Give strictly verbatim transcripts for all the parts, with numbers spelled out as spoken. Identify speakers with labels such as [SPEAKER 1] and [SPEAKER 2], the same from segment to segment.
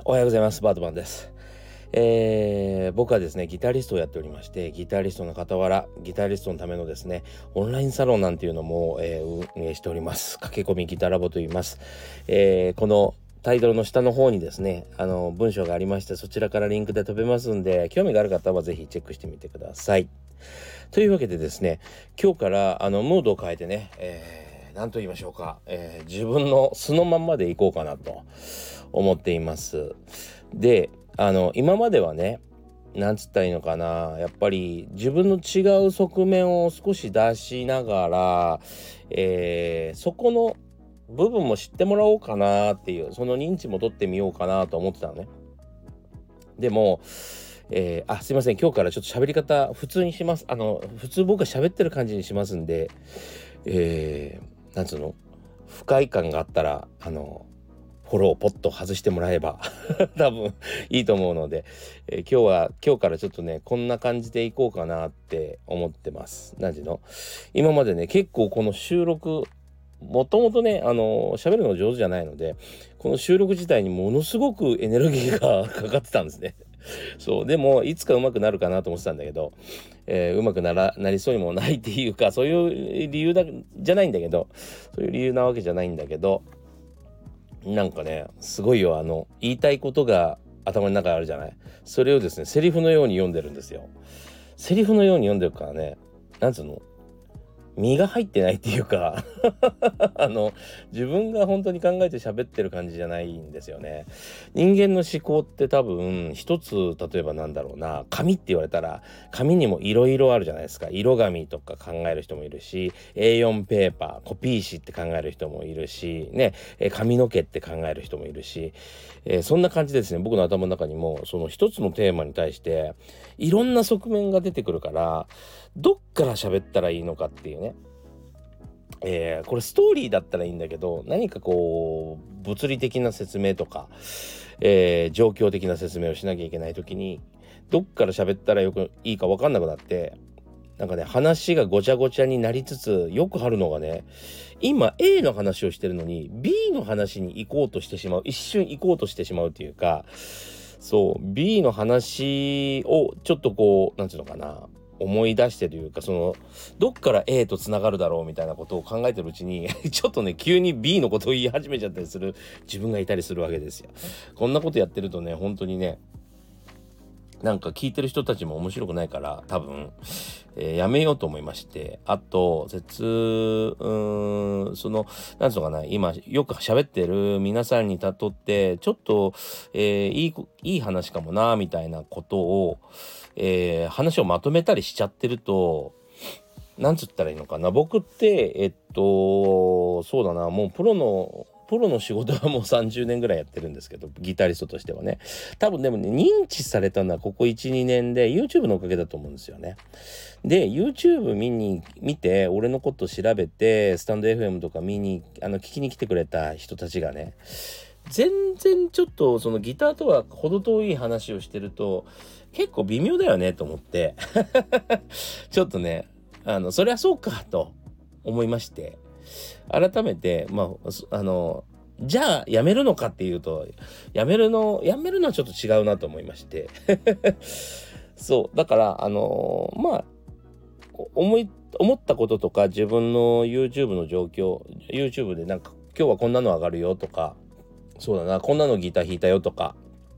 [SPEAKER 1] おはようございます。バードマンです。えー、僕はですねギタリストをやっておりまして、ギタリストの傍らギタリストのためのですねオンラインサロンなんていうのも、えー、運営しております。駆け込みギタラボと言います。えー、このタイトルの下の方にですねあの文章がありまして、そちらからリンクで飛べますんで、興味がある方はぜひチェックしてみてください。というわけでですね、今日からあのムードを変えてね、えー何と言いましょうか、えー、自分の素のまんまでいこうかなと思っています。で、あの今まではね、なんつったらいいのかな、やっぱり自分の違う側面を少し出しながら、えー、そこの部分も知ってもらおうかなっていう、その認知も取ってみようかなと思ってたのね。でもえー、あすいません、今日からちょっと喋り方普通にします。あの普通僕が喋ってる感じにしますんで、えー、なんつうの、不快感があったらあのフォローをポッと外してもらえば多分いいと思うので、えー、今日は今日からちょっとねこんな感じでいこうかなって思ってます。なんていうの、今までね結構この収録、もともとねあの喋るの上手じゃないので、この収録自体にものすごくエネルギーがかかってたんですね。そうでもいつか上手くなるかなと思ってたんだけど、えー、上手くならなりそうにもないっていうか、そういう理由だじゃないんだけどそういう理由なわけじゃないんだけど、なんかねすごいよ、あの言いたいことが頭の中にあるじゃない。それをですねセリフのように読んでるんですよ。セリフのように読んでるからね、なんつうの、身が入ってないっていうかあの自分が本当に考えて喋ってる感じじゃないんですよね。人間の思考って多分一つ、例えばなんだろうな、紙って言われたら紙にもいろいろあるじゃないですか。色紙とか考える人もいるし、 エーよん ペーパーコピー紙って考える人もいるしね、え髪の毛って考える人もいるし、えーそんな感じですね。僕の頭の中にもその一つのテーマに対していろんな側面が出てくるから、どっから喋ったらいいのかっていうね、えー、これストーリーだったらいいんだけど、何かこう物理的な説明とか、えー、状況的な説明をしなきゃいけない時にどっから喋ったらよくいいか分かんなくなって、なんかね話がごちゃごちゃになりつつ、よくあるのがね、今 A の話をしてるのに B の話に行こうとしてしまう、一瞬行こうとしてしまうというか、そう B の話をちょっとこうなんていうのかな、思い出してというか、そのどっから A とつながるだろうみたいなことを考えてるうちにちょっとね急に B のことを言い始めちゃったりする自分がいたりするわけですよ。こんなことやってるとね、本当にね、なんか聞いてる人たちも面白くないから多分、えーやめようと思いまして、あと絶うーんそのなんつうのかな、今よく喋ってる皆さんにたとってちょっと、えーいいいい話かもなみたいなことを、えー話をまとめたりしちゃってると、なんつったらいいのかな、僕ってえっとそうだな、もうプロのプロの仕事はもうさんじゅうねんぐらいやってるんですけど、ギタリストとしてはね、多分でもね認知されたのはここ いちにねんで YouTube のおかげだと思うんですよね。で YouTube 見に見て俺のこと調べてスタンド エフエム とか見にあの聞きに来てくれた人たちがね、全然ちょっとそのギターとは程遠い話をしてると結構微妙だよねと思ってちょっとね、あのそりゃそうかと思いまして、改めてまああのじゃあやめるのかっていうと、やめるのやめるのはちょっと違うなと思いましてそうだからあのー、まあ思い思ったこととか自分の YouTube の状況、 YouTube でなんか今日はこんなの上がるよとか、そうだなこんなのギター弾いたよとか、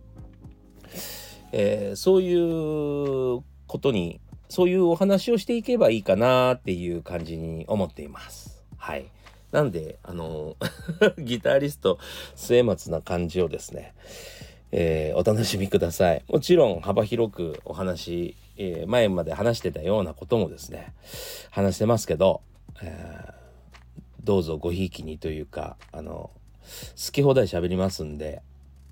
[SPEAKER 1] えー、そういうことにそういうお話をしていけばいいかなっていう感じに思っています。はい。なんであのギタリスト末松な感じをですね、えー、お楽しみください。もちろん幅広くお話、えー、前まで話してたようなこともですね話してますけど、えー、どうぞごひいきにというか、あの好き放題喋りますんで、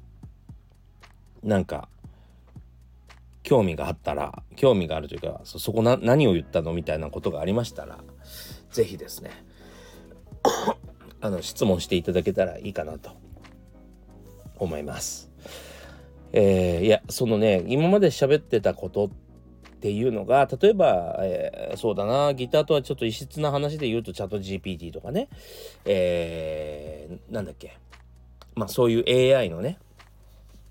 [SPEAKER 1] なんか興味があったら、興味があるというか そ, そこな何を言ったのみたいなことがありましたら、ぜひですねあの質問していただけたらいいかなと思います。えー、いやそのね今まで喋ってたことっていうのが、例えば、えー、そうだな、ギターとはちょっと異質な話で言うとチャット ジーピーティー とかね、えー、なんだっけ、まあそういう エーアイ のね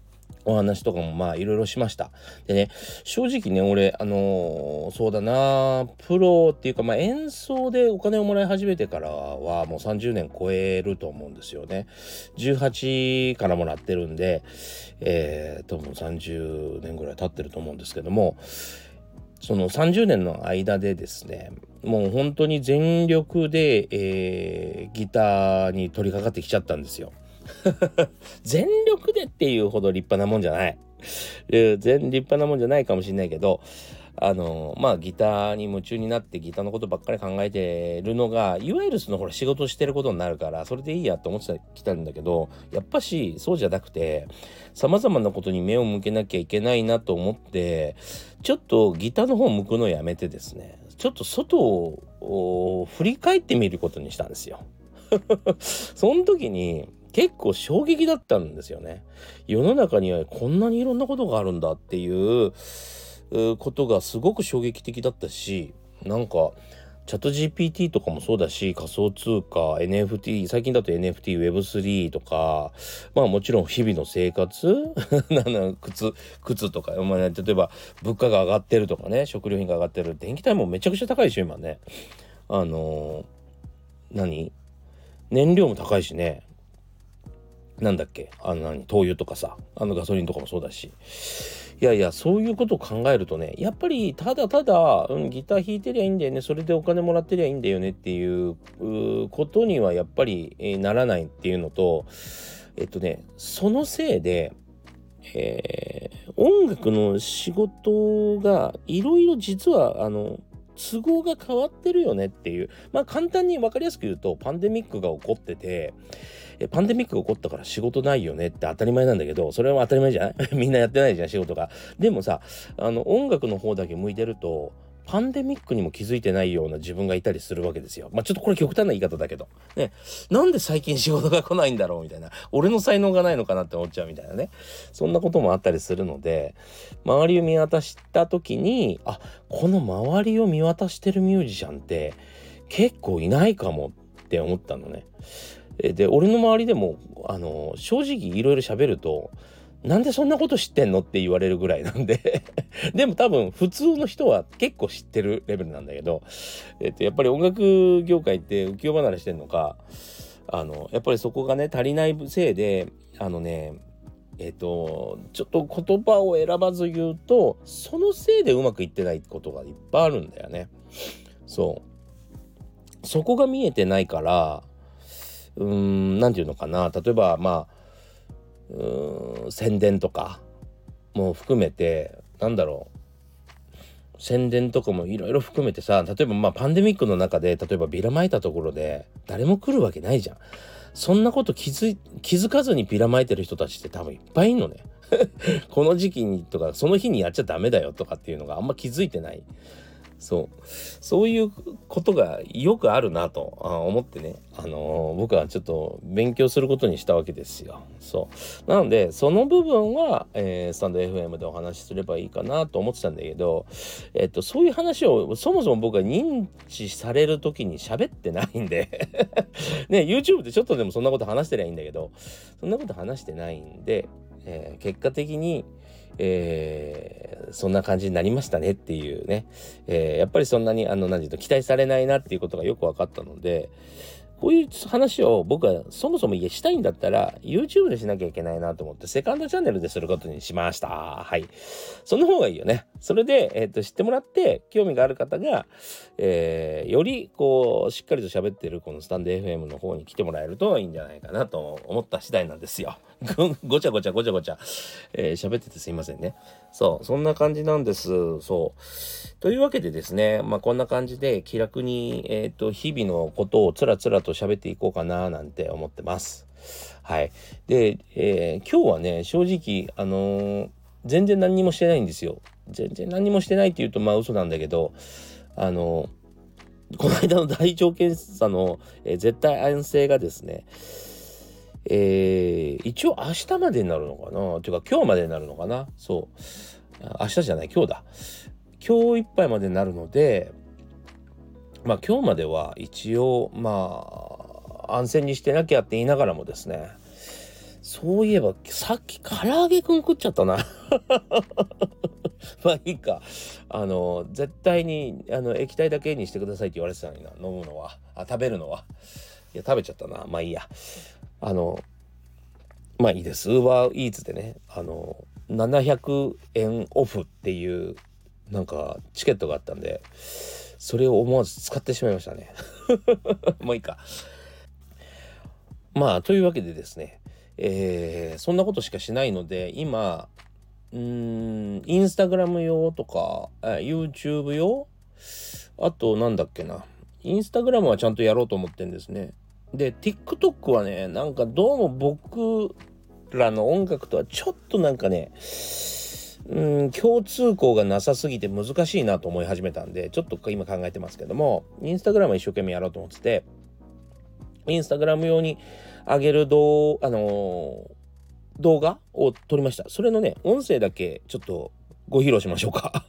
[SPEAKER 1] お話とかもまあいろいろしました。でね、正直ね、俺、あのーそうだな、プロっていうか、まあ演奏でお金をもらい始めてからはもうさんじゅうねん超えると思うんですよね。じゅうはちからもらってるんで、えー、多分さんじゅうねんぐらい経ってると思うんですけども、そのさんじゅうねんの間でですね、もう本当に全力で、えーギターに取り掛かってきちゃったんですよ。全力でっていうほど立派なもんじゃない。え全立派なもんじゃないかもしれないけど、あのまあギターに夢中になってギターのことばっかり考えてるのが、いわゆるそのほら仕事してることになるから、それでいいやと思ってきたんだけど、やっぱしそうじゃなくて、様々なことに目を向けなきゃいけないなと思って、ちょっとギターの方向くのをやめてですね、ちょっと外を振り返ってみることにしたんですよ。その時に結構衝撃だったんですよね。世の中にはこんなにいろんなことがあるんだっていううことがすごく衝撃的だったし、なんかチャット ジーピーティー とかもそうだし、仮想通貨 エヌエフティー、最近だと エヌエフティー、ウェブスリー とか、まあもちろん日々の生活なんな靴靴とか、まあね、例えば物価が上がってるとかね、食料品が上がってる、電気代もめちゃくちゃ高いでしょ今ね。あのー何燃料も高いしね。なんだっけ、あの何灯油とかさ、あのガソリンとかもそうだし、いやいや、そういうことを考えるとね、やっぱりただただ、うん、ギター弾いてりゃいいんだよね、それでお金もらってりゃいいんだよねっていううことにはやっぱり、えーならないっていうのと、えっとねそのせいで、えー音楽の仕事がいろいろ実はあの都合が変わってるよねっていう、まあ簡単に分かりやすく言うと、パンデミックが起こってて、えパンデミックが起こったから仕事ないよねって当たり前なんだけど、それは当たり前じゃないみんなやってないじゃん仕事が。でもさ、あの音楽の方だけ向いてると、パンデミックにも気づいてないような自分がいたりするわけですよ。まあちょっとこれ極端な言い方だけどね、なんで最近仕事が来ないんだろうみたいな、俺の才能がないのかなって思っちゃうみたいなね、そんなこともあったりするので、周りを見渡した時に、あ、この周りを見渡してるミュージシャンって結構いないかもって思ったのね。えで、俺の周りでもあの正直いろいろ喋ると、なんでそんなこと知ってんのって言われるぐらいなんででも多分普通の人は結構知ってるレベルなんだけど、えっとやっぱり音楽業界って浮世離れしてんのか、あのやっぱりそこがね足りないせいで、あのねえっとちょっと言葉を選ばず言うと、そのせいでうまくいってないことがいっぱいあるんだよね。そうそこが見えてないから、うーんなんていうのかな、例えばまあうーん宣伝とかも含めて、なんだろう、宣伝とかもいろいろ含めてさ、例えばまあパンデミックの中で例えばビラ撒いたところで誰も来るわけないじゃん。そんなこと気づい気づかずにビラ撒いてる人たちって多分いっぱいいんのねこの時期にとかその日にやっちゃダメだよとかっていうのがあんま気づいてない。そうそういうことがよくあるなとあ思ってね、あのー僕はちょっと勉強することにしたわけですよ。そうなのでその部分は、えースタンド エフエム でお話しすればいいかなと思ってたんだけど、えっとそういう話をそもそも僕は認知される時に喋ってないんでね YouTube でちょっとでもそんなこと話してりゃいいんだけど、そんなこと話してないんで、えー結果的にえー、そんな感じになりましたねっていうね、えー、やっぱりそんなにあの何て言うと期待されないなっていうことがよく分かったので、こういう話を僕はそもそもしたいんだったら YouTube でしなきゃいけないなと思ってセカンドチャンネルですることにしました。はい。その方がいいよね。それで、えー、と知ってもらって興味がある方が、えー、よりこうしっかりと喋ってるこのスタンド エフエム の方に来てもらえるといいんじゃないかなと思った次第なんですよ。ごちゃごちゃごちゃごちゃえー、喋っててすいませんね。そう、そんな感じなんです。そう。というわけでですね、まあこんな感じで気楽に、えっと、日々のことをつらつらと喋っていこうかななんて思ってます。はい。で、えー今日はね、正直、あのー全然何にもしてないんですよ。全然何にもしてないって言うとまあ嘘なんだけど、あのーこの間の大腸検査の、えー絶対安静がですね、えー、一応明日までになるのかな、ていうか今日までになるのかな。そう明日じゃない今日だ、今日いっぱいまでになるので、まあ今日までは一応まあ安静にしてなきゃって言いながらもですね、 そういえばさっき唐揚げくん食っちゃったなまあいいか。あの絶対にあの液体だけにしてくださいって言われてたのにな、飲むのは、あ食べるのは。いや食べちゃったな。まあいいや。あのまあいいです。ウーバーイーツでね、あのななひゃくえんオフっていうなんかチケットがあったんで、それを思わず使ってしまいましたねもういいか。まあというわけでですね、えー、そんなことしかしないので、今うーんインスタグラム用とか YouTube 用、あとなんだっけな、インスタグラムはちゃんとやろうと思ってんですね。で TikTok はね、なんかどうも僕らの音楽とはちょっとなんかね、うん共通項がなさすぎて難しいなと思い始めたんで、ちょっと今考えてますけども、インスタグラムは一生懸命やろうと思ってて、インスタグラム用に上げる動あのー、動画を撮りました。それのね音声だけちょっとご披露しましょうか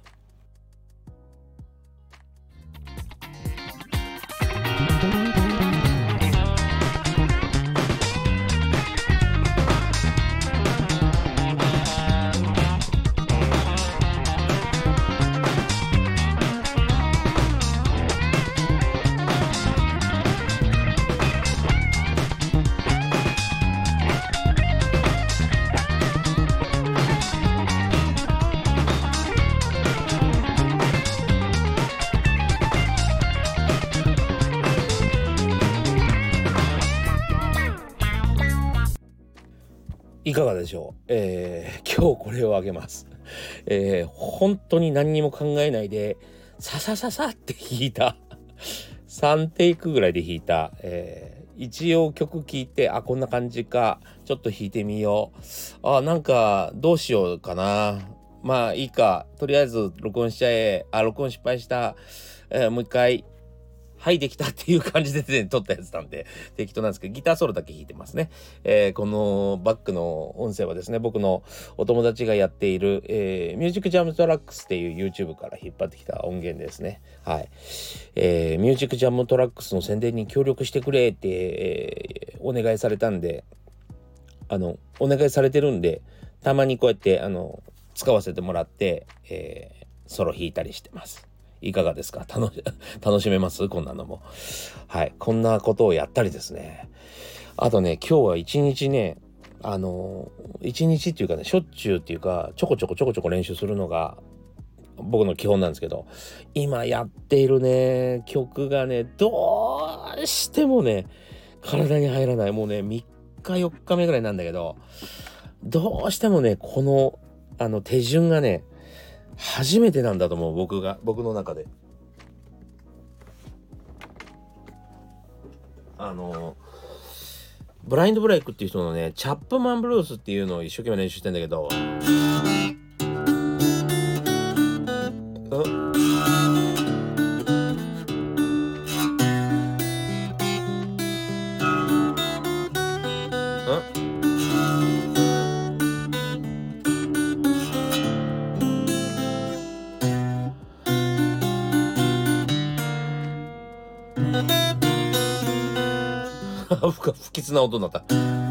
[SPEAKER 1] いかがでしょう。えー、今日これをあげます。えー、本当に何にも考えないでササササって弾いたさんテイクぐらいで弾いた、えー、一応曲聴いて、あこんな感じか、ちょっと弾いてみよう、あなんかどうしようかな、まあいいか、とりあえず録音しちゃえ、あ録音失敗した、えー、もう一回はいできたっていう感じで、ね、撮ったやつなんで適当なんですけど、ギターソロだけ弾いてますね。えー、このバックの音声はですね、僕のお友達がやっている、えー、ミュージックジャムトラックスっていう YouTube から引っ張ってきた音源ですね。はい、えー、ミュージックジャムトラックスの宣伝に協力してくれって、えー、お願いされたんで、あのお願いされてるんで、たまにこうやってあの使わせてもらって、えー、ソロ弾いたりしてます。いかがですか？楽し、楽しめます？こんなのも。はい。こんなことをやったりですね。あとね、今日は一日ね、あのー、一日っていうかね、しょっちゅうっていうか、ちょこちょこちょこちょこ練習するのが僕の基本なんですけど、今やっているね、曲がね、どうしてもね、体に入らない。もうね、みっかよっかめぐらいなんだけど、どうしてもね、この、あの、手順がね、初めてなんだと思う、僕が僕の中で。あのブラインドブレイクっていう人のね、チャップマンブルースっていうのを一生懸命練習してんだけど、不吉な音になった。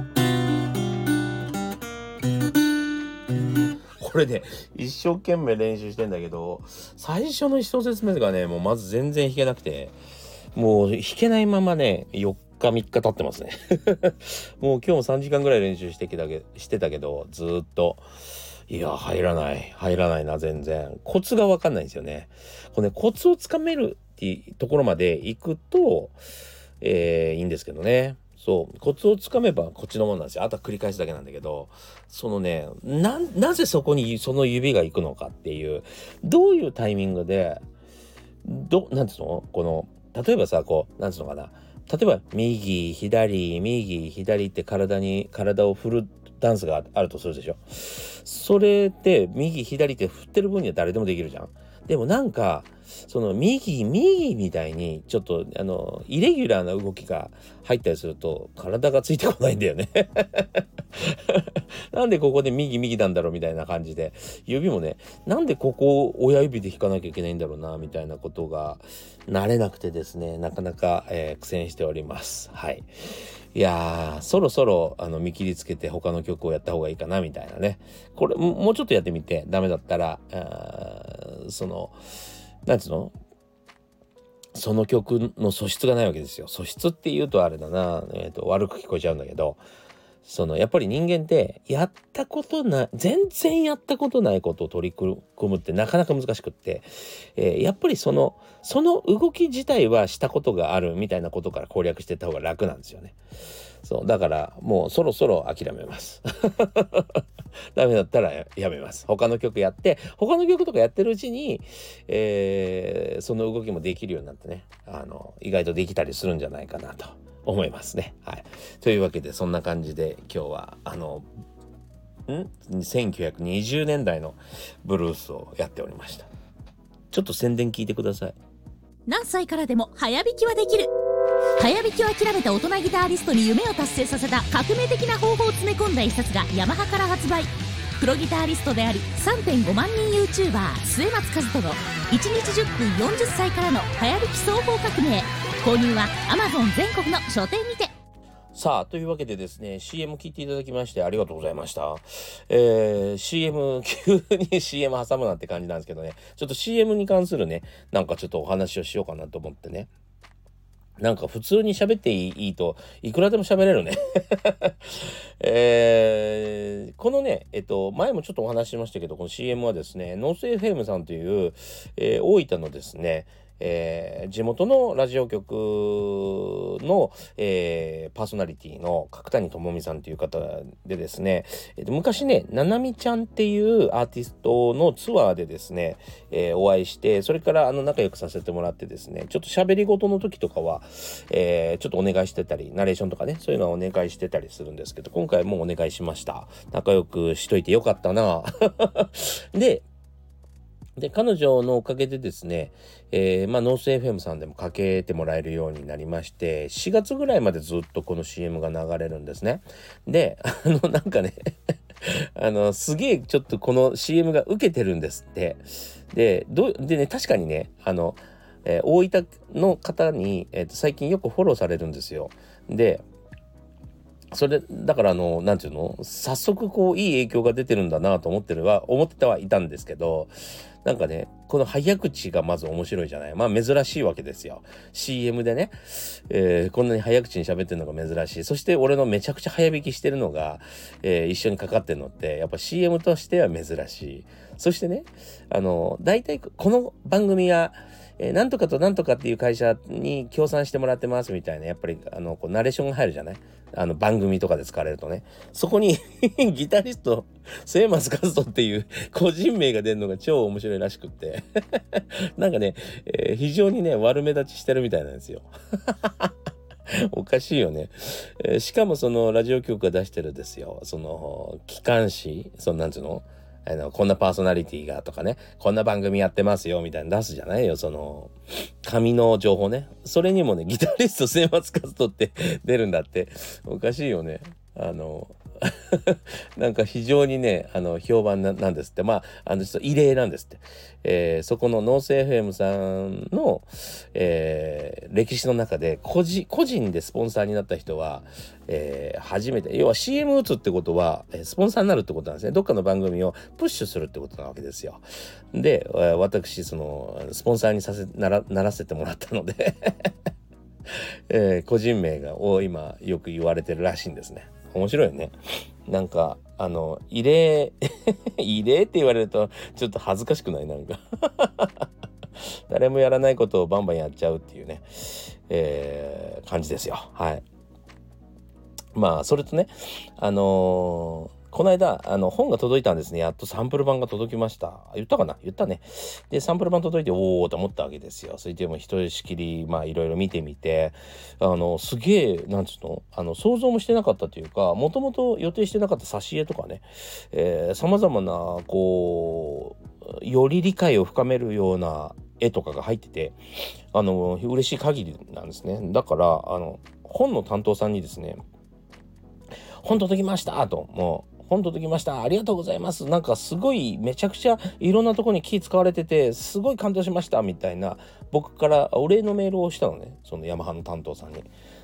[SPEAKER 1] これね、一生懸命練習してんだけど、最初の一節目がね、もうまず全然弾けなくて、もう弾けないままね、よっかみっか経ってますねもう今日もさんじかんぐらい練習してきたけしてたけど、ずーっといや入らない入らないな、全然コツが分かんないんですよね。これね、コツをつかめるっていうところまで行くと、えー、いいんですけどね。そうコツをつかめばこっちのもんなんですよ。あとは繰り返すだけなんだけど、そのね、ななぜそこにその指が行くのかっていう、どういうタイミングでどなんつうの、この例えばさ、こうなんつうのかな、例えば右左右左って体に体を振るダンスがあるとするでしょ。それって右左って振ってる分には誰でもできるじゃん。でもなんかその右右みたいにちょっとあのイレギュラーな動きが入ったりすると体がついてこないんだよねなんでここで右右なんだろうみたいな感じで、指もね、なんでここを親指で弾かなきゃいけないんだろうなみたいなことが慣れなくてですね、なかなか、えー、苦戦しております。はい、 いやーそろそろあの見切りつけて他の曲をやった方がいいかなみたいなね。これもうちょっとやってみてダメだったらあそのなんつうのその曲の素質がないわけですよ。素質って言うとあれだな、えーと、悪く聞こえちゃうんだけど、そのやっぱり人間ってやったことない全然やったことないことを取り組むってなかなか難しくって、えー、やっぱりそのその動き自体はしたことがあるみたいなことから攻略していった方が楽なんですよね。そうだからもうそろそろ諦めますダメだったらやめます。他の曲やって他の曲とかやってるうちに、えー、その動きもできるようになってね、あの意外とできたりするんじゃないかなと思いますね。はい。というわけでそんな感じで今日はあのんせんきゅうひゃくにじゅうねんだいのブルースをやっておりました。ちょっと宣伝聞いてください。
[SPEAKER 2] 何歳からでも早弾きはできる。早弾きを諦めた大人ギタリストに夢を達成させた革命的な方法を詰め込んだ一冊がヤマハから発売。プロギタリストであり さんてんごまんにん YouTuber 末松和人のいちにちじゅっぷんよんじゅっさいからの早弾き双方革命。購入は Amazon 全国の書店にて。
[SPEAKER 1] さあというわけでですね シーエム 聞いていただきましてありがとうございました。えー、シーエム 急に シーエム 挟むなって感じなんですけどね、ちょっと シーエム に関するねなんかちょっとお話をしようかなと思ってね。なんか普通に喋っていい、いいといくらでも喋れるね、えー、このねえっと前もちょっとお話ししましたけど、この シーエム はですねノース エフエム さんという、えー、大分のですねえー、地元のラジオ局の、えー、パーソナリティの角谷智美さんという方でですね、えー、昔ねななみちゃんっていうアーティストのツアーでですね、えー、お会いして、それからあの仲良くさせてもらってですね、ちょっと喋り事の時とかは、えー、ちょっとお願いしてたりナレーションとかねそういうのはお願いしてたりするんですけど、今回もお願いしました。仲良くしといてよかったなでで彼女のおかげでですね、えー、まあノース エフエム さんでもかけてもらえるようになりまして、しがつぐらいまでずっとこの シーエム が流れるんですね。であのなんかねあのすげえちょっとこの シーエム が受けてるんですって。でどでね確かにねあの、えー、大分の方に、えーと、最近よくフォローされるんですよ。でそれだからあのなんていうの早速こういい影響が出てるんだなと思ってるは思ってはいたんですけど、なんかねこの早口がまず面白いじゃない。まあ珍しいわけですよ シーエム でね、えー、こんなに早口に喋ってるのが珍しい。そして俺のめちゃくちゃ早弾きしてるのが、えー、一緒にかかってるのってやっぱ シーエム としては珍しい。そしてねあの大体この番組はえー、なんとかとなんとかっていう会社に協賛してもらってますみたいなやっぱりあのこうナレーションが入るじゃない、あの番組とかで使われるとね、そこにギタリスト末松和人っていう個人名が出るのが超面白いらしくってなんかね、えー、非常にね悪目立ちしてるみたいなんですよおかしいよね、えー、しかもそのラジオ局が出してるですよその機関誌、そのなんつうのあのこんなパーソナリティがとかね、こんな番組やってますよみたいな出すじゃないよ、その紙の情報ね。それにもねギタリスト末松和人って出るんだって。おかしいよね。あのなんか非常にねあの評判 な, なんですって。まああのちょっと異例なんですって、えー、そこのノース エフエム さんの、えー、歴史の中で個人個人でスポンサーになった人は、えー、初めて。要は シーエム 打つってことはスポンサーになるってことなんですね。どっかの番組をプッシュするってことなわけですよ。で私そのスポンサーにさせな ら, ならせてもらったので、えー、個人名がを今よく言われてるらしいんですね。面白いよね。なんかあの異例異例って言われるとちょっと恥ずかしくない？なんか誰もやらないことをバンバンやっちゃうっていうね、えー、感じですよ。はい。まあそれとねあのーこの間あの本が届いたんですね。やっとサンプル版が届きました。言ったかな言ったね。でサンプル版届いておおと思ったわけですよ。それでもひとしきりまあいろいろ見てみて、あのすげえなんつうのあの想像もしてなかったというか、もともと予定してなかった挿絵とかね、さまざまなこうより理解を深めるような絵とかが入ってて、あの嬉しい限りなんですね。だからあの本の担当さんにですね、本届きましたと、もう本届きましたありがとうございます、なんかすごいめちゃくちゃいろんなとこに気使われててすごい感動しましたみたいな僕からお礼のメールをしたのね、そのヤマハの担当さんに。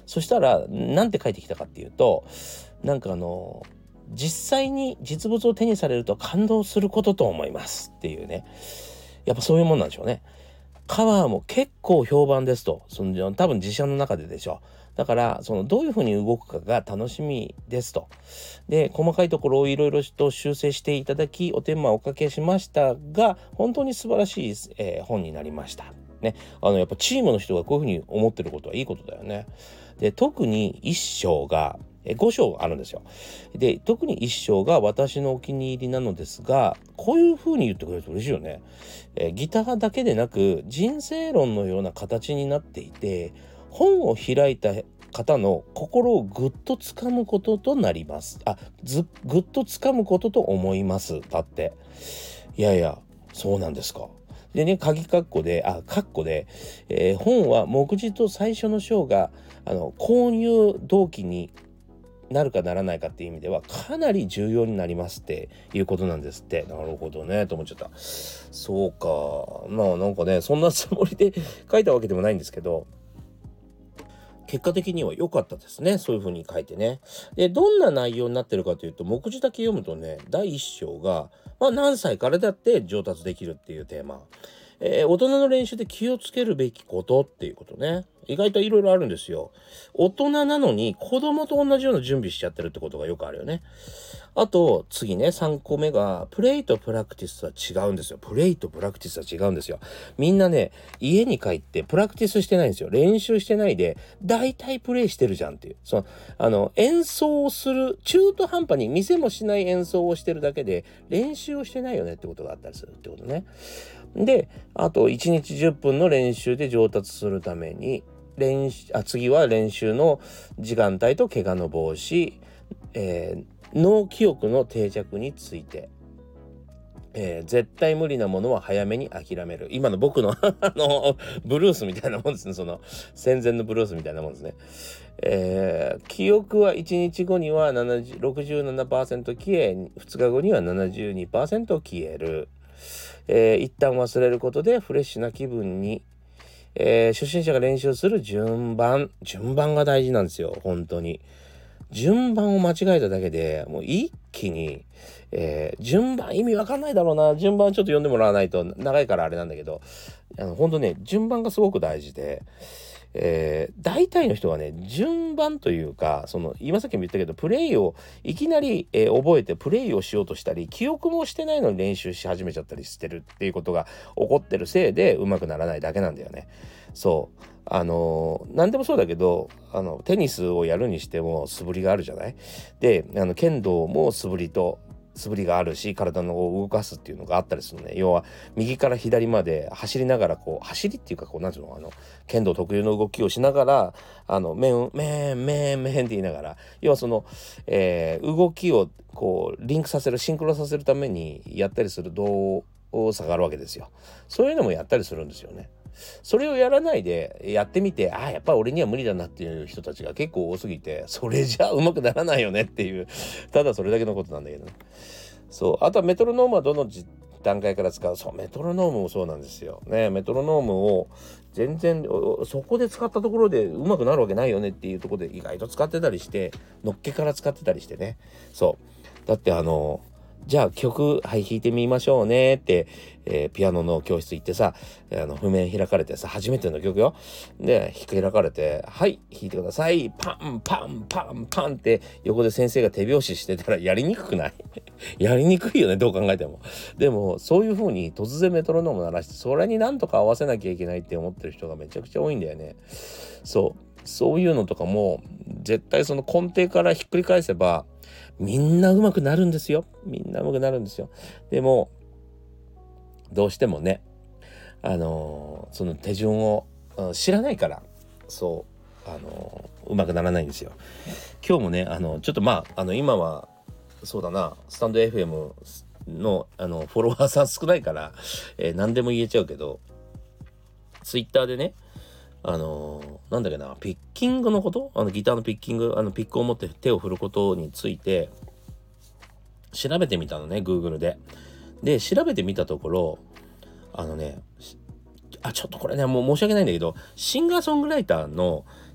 [SPEAKER 1] そしたらなんて書いてきたかっていうと、なんかあの実際に実物を手にされると感動することと思いますっていうね。やっぱそういうもんなんでしょうね。カバーも結構評判ですと。その多分自社の中ででしょう。だからそのどういうふうに動くかが楽しみですと。で、細かいところをいろいろと修正していただきお手間をおかけしましたが、本当に素晴らしい、えー、本になりましたね。あのやっぱチームの人がこういうふうに思ってることはいいことだよね。で、特にいっ章がご章あるんですよ。で、特にいっ章が私のお気に入りなのですが、こういう風に言ってくれると嬉しいよね。えギターだけでなく人生論のような形になっていて、本を開いた方の心をぐっと掴むこととなります。あ、ずぐっと掴むことと思います。だって。いやいや、そうなんですか。でね、鍵括弧で、あ、括弧で、えー、本は目次と最初の章があの購入動機になるかならないかっていう意味ではかなり重要になりますっていうことなんですって。なるほどねと思っちゃった。そうか、まあなんかね、そんなつもりで書いたわけでもないんですけど、結果的には良かったですね。そういう風に書いてね。で、どんな内容になってるかというと、目次だけ読むとね、だいいっ章が、まあ、何歳からだって上達できるっていうテーマ。えー、大人の練習で気をつけるべきことっていうことね。意外といろいろあるんですよ。大人なのに子供と同じような準備しちゃってるってことがよくあるよね。あと次ね、さんこめがプレイとプラクティスは違うんですよ。プレイとプラクティスは違うんですよ。みんなね、家に帰ってプラクティスしてないんですよ。練習してないで大体プレイしてるじゃんっていう。そのあの演奏をする中途半端に見せもしない演奏をしてるだけで練習をしてないよねってことがあったりするってことね。で、あといちにちじゅっぷんの練習で上達するために練習あ次は練習の時間帯と怪我の防止、えー、脳記憶の定着について、えー、絶対無理なものは早めに諦める。今の僕のあのブルースみたいなもんですね。その戦前のブルースみたいなもんですね。えー、記憶はいちにちごにはろくじゅうななパーセント消え、ふつかごには ななじゅうにパーセント 消える。えー、一旦忘れることでフレッシュな気分に、えー、初心者が練習する順番順番が大事なんですよ。本当に順番を間違えただけでもう一気に、えー、順番意味わかんないだろうな。順番ちょっと読んでもらわないと長いからあれなんだけど、あの本当ね、順番がすごく大事で、えー、大体の人はね、順番というか、その今さっきも言ったけどプレイをいきなり、えー、覚えてプレイをしようとしたり、記憶もしてないのに練習し始めちゃったりしてるっていうことが起こってるせいで上手くならないだけなんだよね。そうあのー、何でもそうだけど、あのテニスをやるにしても素振りがあるじゃない。で、あの剣道も素振りと素振りがあるし、体の動かすっていうのがあったりするね。要は右から左まで走りながら、こう走りっていうか、こうなんていうの、あの剣道特有の動きをしながら、あのメンメンメンメンって言いながら、要はその、えー、動きをこうリンクさせる、シンクロさせるためにやったりする動作があるわけですよ。そういうのもやったりするんですよね。それをやらないでやってみて、ああやっぱり俺には無理だなっていう人たちが結構多すぎて、それじゃあうまくならないよねっていう、ただそれだけのことなんだけどね。そう、あとはメトロノームはどの段階から使う。そう、メトロノームもそうなんですよね。メトロノームを全然そこで使ったところでうまくなるわけないよねっていうところで意外と使ってたりして、のっけから使ってたりしてね。そうだってあのじゃあ曲はい弾いてみましょうねって、えー、ピアノの教室行ってさ、あの譜面開かれてさ、初めての曲よ。で弾開かれて、はい弾いてください、パンパンパンパンって横で先生が手拍子してたらやりにくくないやりにくいよね、どう考えても。でもそういう風に突然メトロノーム鳴らして、それになんとか合わせなきゃいけないって思ってる人がめちゃくちゃ多いんだよね。そうそういうのとかも絶対その根底からひっくり返せばみんな上手くなるんですよ。みんな上手くなるんですよ。でもどうしてもね、あのー、その手順を知らないから、そうあのー、上手くならないんですよ。今日もね、あのちょっとまああの今はそうだな、スタンド エフエム のあのフォロワーさん少ないから、えー、何でも言えちゃうけど、ツイッターでね、あのー、なんだっけな、ピッキングのこと、あのギターのピッキング、あのピックを持って手を振ることについて調べてみたのね、 Google で。で調べてみたところ、あのねあちょっとこれねもう申し訳ないんだけど、シンガーソングライターの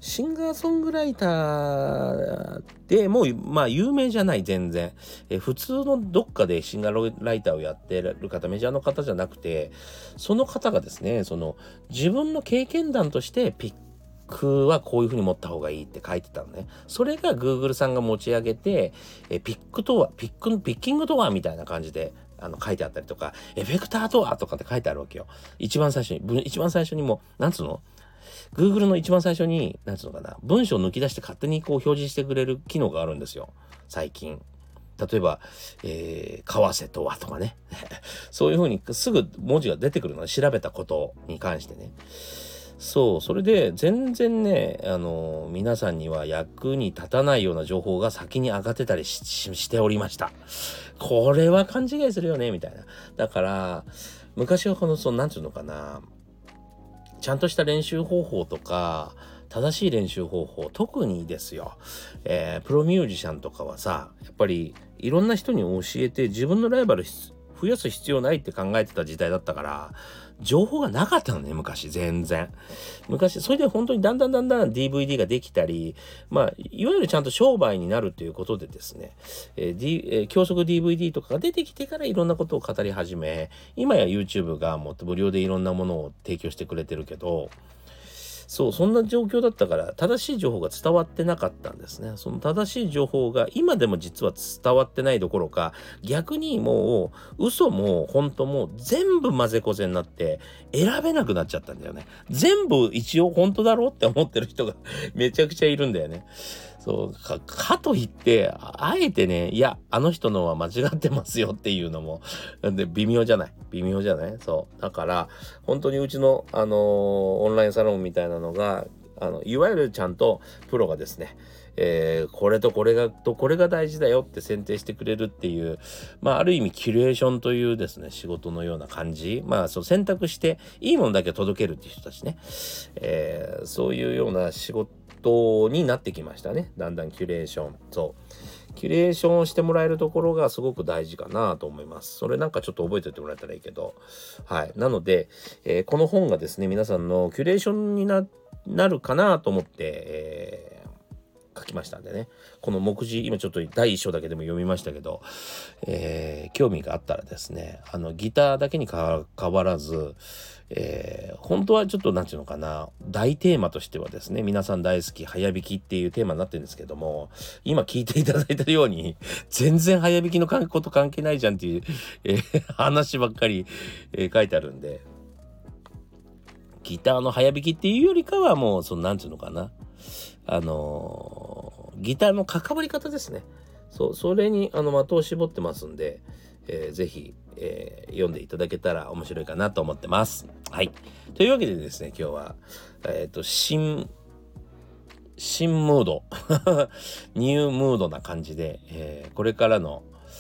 [SPEAKER 1] シンガーソングライターでもうまあ有名じゃない、全然、え普通のどっかでシンガーライターをやってる方、メジャーの方じゃなくて、その方がですね、その自分の経験談としてピックはこういう風に持った方がいいって書いてたのね。それが Google さんが持ち上げて、えピックとはピックピッキングとはみたいな感じであの書いてあったりとか、エフェクターとはとかって書いてあるわけよ。一番最初に一番最初にもなんつうのGoogle の一番最初に、なんつうのかな、文章を抜き出して勝手にこう表示してくれる機能があるんですよ、最近。例えば、えー、為替とはとかね。そういう風にすぐ文字が出てくるの、調べたことに関してね。そう、それで全然ね、あのー、皆さんには役に立たないような情報が先に上がってたり し, し, しておりました。これは勘違いするよね、みたいな。だから、昔はこの、その、なんつうのかな、ちゃんとした練習方法とか正しい練習方法、特にですよ、えー、プロミュージシャンとかはさ、やっぱりいろんな人に教えて自分のライバル増やす必要ないって考えてた時代だったから、情報がなかったのね、昔。全然昔。それで本当にだんだんだんだん ディーブイディー ができたり、まあいわゆるちゃんと商売になるということでですね、えー D えー、教則 ディーブイディー とかが出てきてからいろんなことを語り始め、今や YouTube がもっと無料でいろんなものを提供してくれてるけど、そう、そんな状況だったから正しい情報が伝わってなかったんですね。その正しい情報が今でも実は伝わってないどころか、逆にもう嘘も本当も全部混ぜこぜになって選べなくなっちゃったんだよね。全部一応本当だろうって思ってる人がめちゃくちゃいるんだよね。そうか、かといって、あえてね、いや、あの人のは間違ってますよっていうのも、で微妙じゃない微妙じゃないそう。だから、本当にうちの、あのー、オンラインサロンみたいなのが、あの、いわゆるちゃんとプロがですね、えー、これとこれが、とこれが大事だよって選定してくれるっていう、まあ、ある意味、キュレーションというですね、仕事のような感じ。まあ、そう選択して、いいものだけ届けるっていう人たちね。えー、そういうような仕事、になってきましたね。だんだんキュレーション、そうキュレーションをしてもらえるところがすごく大事かなと思います。それなんかちょっと覚えておいてもらえたらいいけど、はい。なので、えー、この本がですね、皆さんのキュレーションに な, なるかなと思って、えー、書きましたんでね。この目次、今ちょっとだいいっ章だけでも読みましたけど、えー、興味があったらですね、あのギターだけにかかわらず、えー、本当はちょっとなんていうのかな、大テーマとしてはですね、皆さん大好き早弾きっていうテーマになってるんですけども、今聞いていただいてるように全然早弾きのこと関係ないじゃんっていう、えー、話ばっかり、えー、書いてあるんで、ギターの早弾きっていうよりかはもうそのなんていうのかな、あのー、ギターの関わり方ですね。そう、それにあの的を絞ってますんで、えー、ぜひ、えー、読んでいただけたら面白いかなと思ってます。はい。というわけでですね、今日は、えっと、新、新ムード、ニュームードな感じで、えー、これからの、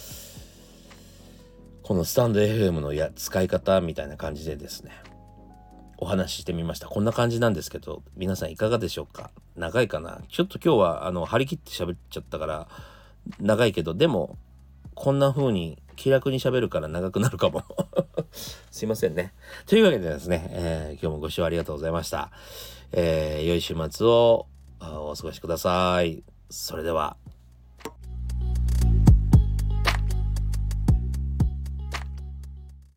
[SPEAKER 1] このスタンド エフエム のや使い方みたいな感じでですね、お話ししてみました。こんな感じなんですけど、皆さんいかがでしょうか？長いかな？ちょっと今日は、あの、張り切って喋っちゃったから、長いけど、でも、こんな風に気楽に喋るから長くなるかもすいませんね。というわけでですね、えー、今日もご視聴ありがとうございました。えー、良い週末をお過ごしください。それでは。